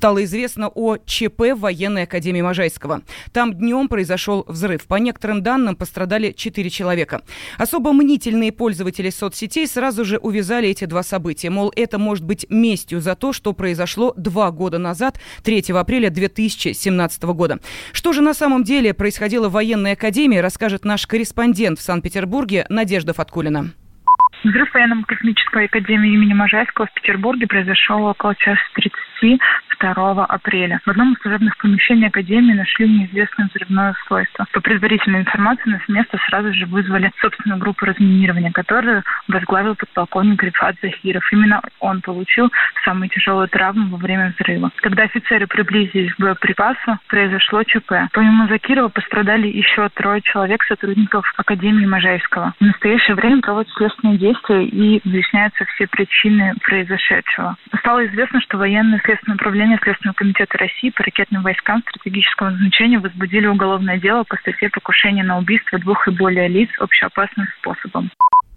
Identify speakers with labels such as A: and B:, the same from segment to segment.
A: стало известно о ЧП в военной академии Можайского. Там днем произошел взрыв. По некоторым данным, пострадали 4 человека. Особо мнительные пользователи соцсетей сразу же увязали эти два события. Мол, это может быть местью за то, что произошло 2 года назад, 3 апреля 2017 года. Что же на самом деле происходило в военной академии, расскажет наш корреспондент в Санкт-Петербурге Надежда Фаткулина.
B: Взрыв военно-космической академии имени Можайского в Петербурге произошел около 1:30 2 апреля. В одном из служебных помещений академии нашли неизвестное взрывное устройство. По предварительной информации, на место сразу же вызвали собственную группу разминирования, которую возглавил подполковник Рифат Захиров. Именно он получил самые тяжелые травмы во время взрыва. Когда офицеры приблизились к боеприпасу, произошло ЧП. Помимо Закирова пострадали еще 3 человек, сотрудников Академии Можайского. В настоящее время проводят следственные действия и выясняются все причины произошедшего. Стало известно, что военное следственное управление Следственного комитета России по ракетным войскам стратегического назначения возбудили уголовное дело по статье покушения на убийство 2 и более лиц общеопасным способом.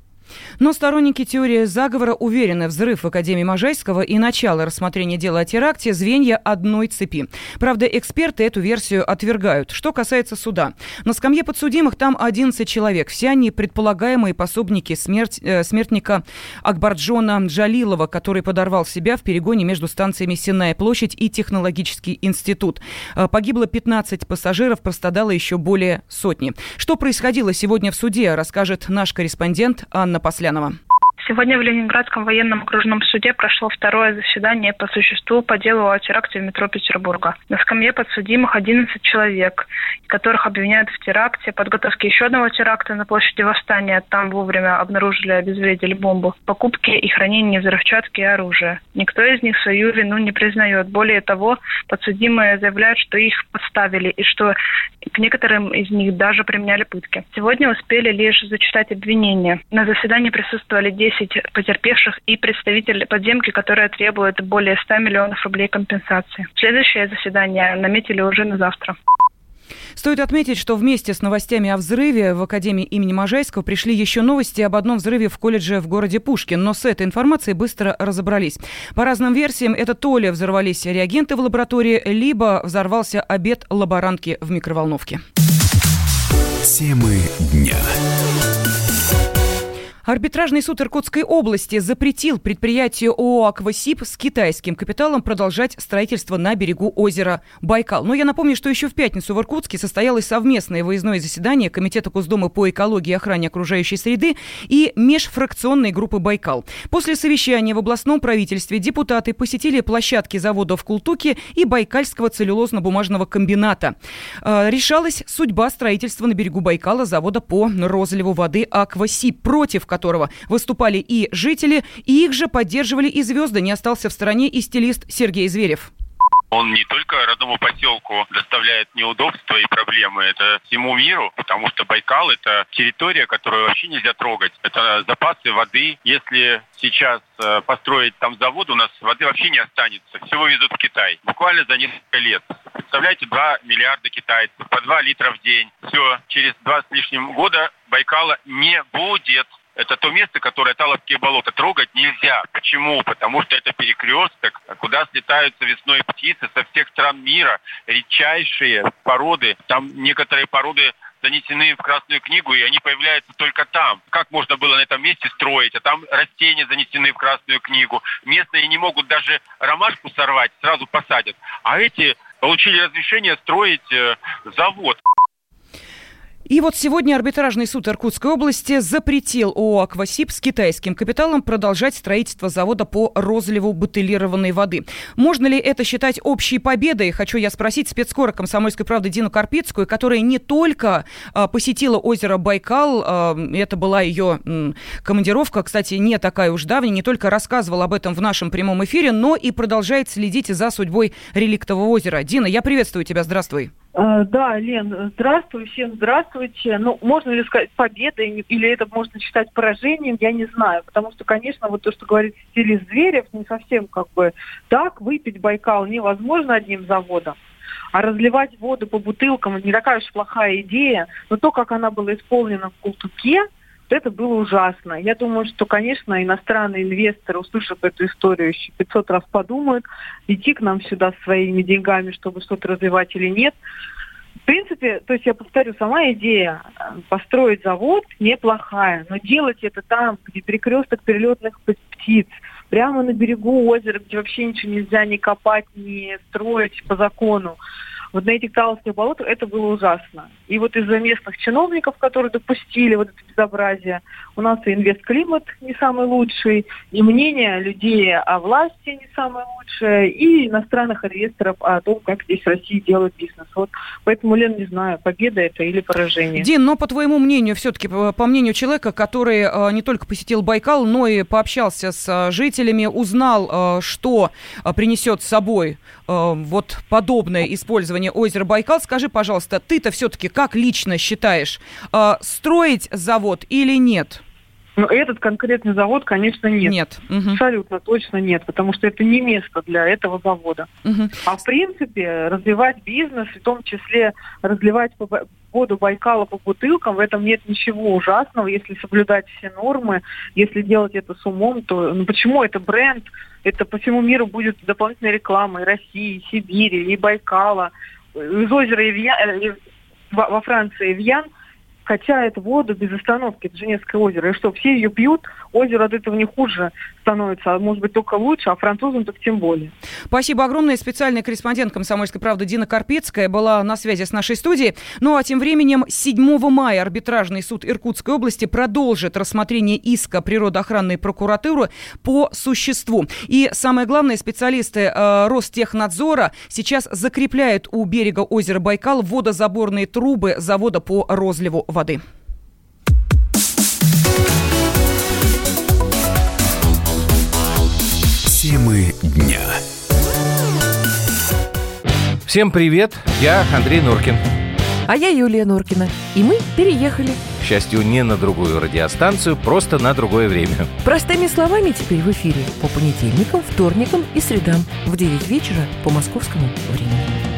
A: Но сторонники теории заговора уверены, взрыв в Академии Можайского и начало рассмотрения дела о теракте – звенья одной цепи. Правда, эксперты эту версию отвергают. Что касается суда. На скамье подсудимых там 11 человек. Все они предполагаемые пособники смертника Акбарджона Джалилова, который подорвал себя в перегоне между станциями Сенная площадь и Технологический институт. Погибло 15 пассажиров, пострадало еще более сотни. Что происходило сегодня в суде, расскажет наш корреспондент Анна Послянова.
C: Сегодня в Ленинградском военном окружном суде прошло 2-е заседание по существу по делу о теракте в метро Петербурга. На скамье подсудимых 11 человек, которых обвиняют в теракте, подготовке еще одного теракта на площади Восстания. Там вовремя обнаружили и обезвредили бомбу, покупке и хранении взрывчатки и оружия. Никто из них свою вину не признает. Более того, подсудимые заявляют, что их подставили и что к некоторым из них даже применяли пытки. Сегодня успели лишь зачитать обвинения. На заседании присутствовали 10 потерпевших и представитель подземки, которая требует более 100 миллионов рублей компенсации. Следующее заседание наметили уже на завтра.
A: Стоит отметить, что вместе с новостями о взрыве в Академии имени Можайского пришли еще новости об одном взрыве в колледже в городе Пушкин. Но с этой информацией быстро разобрались. По разным версиям, это то ли взорвались реагенты в лаборатории, либо взорвался обед лаборантки в микроволновке.
D: Темы дня.
A: Арбитражный суд Иркутской области запретил предприятию ООО «Аквасиб» с китайским капиталом продолжать строительство на берегу озера Байкал. Но я напомню, что еще в пятницу в Иркутске состоялось совместное выездное заседание Комитета Госдумы по экологии и охране окружающей среды и межфракционной группы «Байкал». После совещания в областном правительстве депутаты посетили площадки заводов Култуки и Байкальского целлюлозно-бумажного комбината. Решалась судьба строительства на берегу Байкала завода по розливу воды «Аквасиб», против которого выступали и жители, и их же поддерживали и звезды. Не остался в стороне и стилист Сергей Зверев.
E: Он не только родному поселку доставляет неудобства и проблемы, это всему миру, потому что Байкал – это территория, которую вообще нельзя трогать. Это запасы воды. Если сейчас построить там завод, у нас воды вообще не останется. Все вывезут в Китай. Буквально за несколько лет. Представляете, 2 миллиарда китайцев, по 2 литра в день. Все, через 2 с лишним года Байкала не будет. Это то место, которое Таловские болота. Трогать нельзя. Почему? Потому что это перекресток, куда слетаются весной птицы со всех стран мира. Редчайшие породы. Там некоторые породы занесены в Красную книгу, и они появляются только там. Как можно было на этом месте строить? А там растения занесены в Красную книгу. Местные не могут даже ромашку сорвать, сразу посадят. А эти получили разрешение строить завод.
A: И вот сегодня арбитражный суд Иркутской области запретил ООО «Аквасиб» с китайским капиталом продолжать строительство завода по розливу бутылированной воды. Можно ли это считать общей победой? Хочу я спросить спецкора «Комсомольской правды» Дину Карпицкую, которая не только посетила озеро Байкал, это была ее командировка, кстати, не такая уж давняя, не только рассказывала об этом в нашем прямом эфире, но и продолжает следить за судьбой реликтового озера. Дина, я приветствую тебя, здравствуй.
F: Да, Лен, здравствуй, всем здравствуйте. Ну, можно ли сказать победой, или это можно считать поражением, я не знаю. Потому что, конечно, вот то, что говорит стилист Зверев, не совсем как бы так. Выпить Байкал невозможно одним заводом. А разливать воду по бутылкам не такая уж плохая идея. Но то, как она была исполнена в Култуке, это было ужасно. Я думаю, что, конечно, иностранные инвесторы, услышав эту историю, еще 500 раз подумают, идти к нам сюда со своими деньгами, чтобы что-то развивать или нет. В принципе, то есть я повторю, сама идея построить завод неплохая, но делать это там, где перекресток перелетных птиц, прямо на берегу озера, где вообще ничего нельзя ни копать, ни строить по закону. Вот на этих таловских болотах это было ужасно. И вот из-за местных чиновников, которые допустили вот это безобразие, у нас и инвестклимат не самый лучший, и мнение людей о власти не самое лучшее, и иностранных инвесторов о том, как здесь в России делают бизнес. Вот поэтому, Лен, не знаю, победа это или поражение.
A: Дин, но по твоему мнению, все-таки, по мнению человека, который не только посетил Байкал, но и пообщался с жителями, узнал, что принесет с собой вот подобное использование озера Байкал, скажи, пожалуйста, ты-то все-таки как лично считаешь, строить завод или нет?
F: Но этот конкретный завод, конечно, нет.
A: Нет.
F: Абсолютно точно нет, потому что это не место для этого завода. А в принципе, развивать бизнес, в том числе разливать воду Байкала по бутылкам, в этом нет ничего ужасного, если соблюдать все нормы, если делать это с умом, то почему это бренд, это по всему миру будет дополнительная реклама и России, и Сибири, и Байкала. Из озера во Франции Эвьян качает воду без остановки, это Женевское озеро. И что, все ее пьют, озеро от этого не хуже становится, а может быть только лучше, а французам так тем более.
A: Спасибо огромное. Специальный корреспондент «Комсомольской правды» Дина Карпицкая была на связи с нашей студией. Ну а тем временем 7 мая арбитражный суд Иркутской области продолжит рассмотрение иска природоохранной прокуратуры по существу. И самое главное, специалисты Ростехнадзора сейчас закрепляют у берега озера Байкал водозаборные трубы завода по розливу воды.
D: Темы дня.
G: Всем привет, я Андрей Норкин.
H: А я Юлия Норкина. И мы переехали.
G: К счастью, не на другую радиостанцию, просто на другое время.
H: Простыми словами теперь в эфире по понедельникам, вторникам и средам в 9 вечера по московскому времени.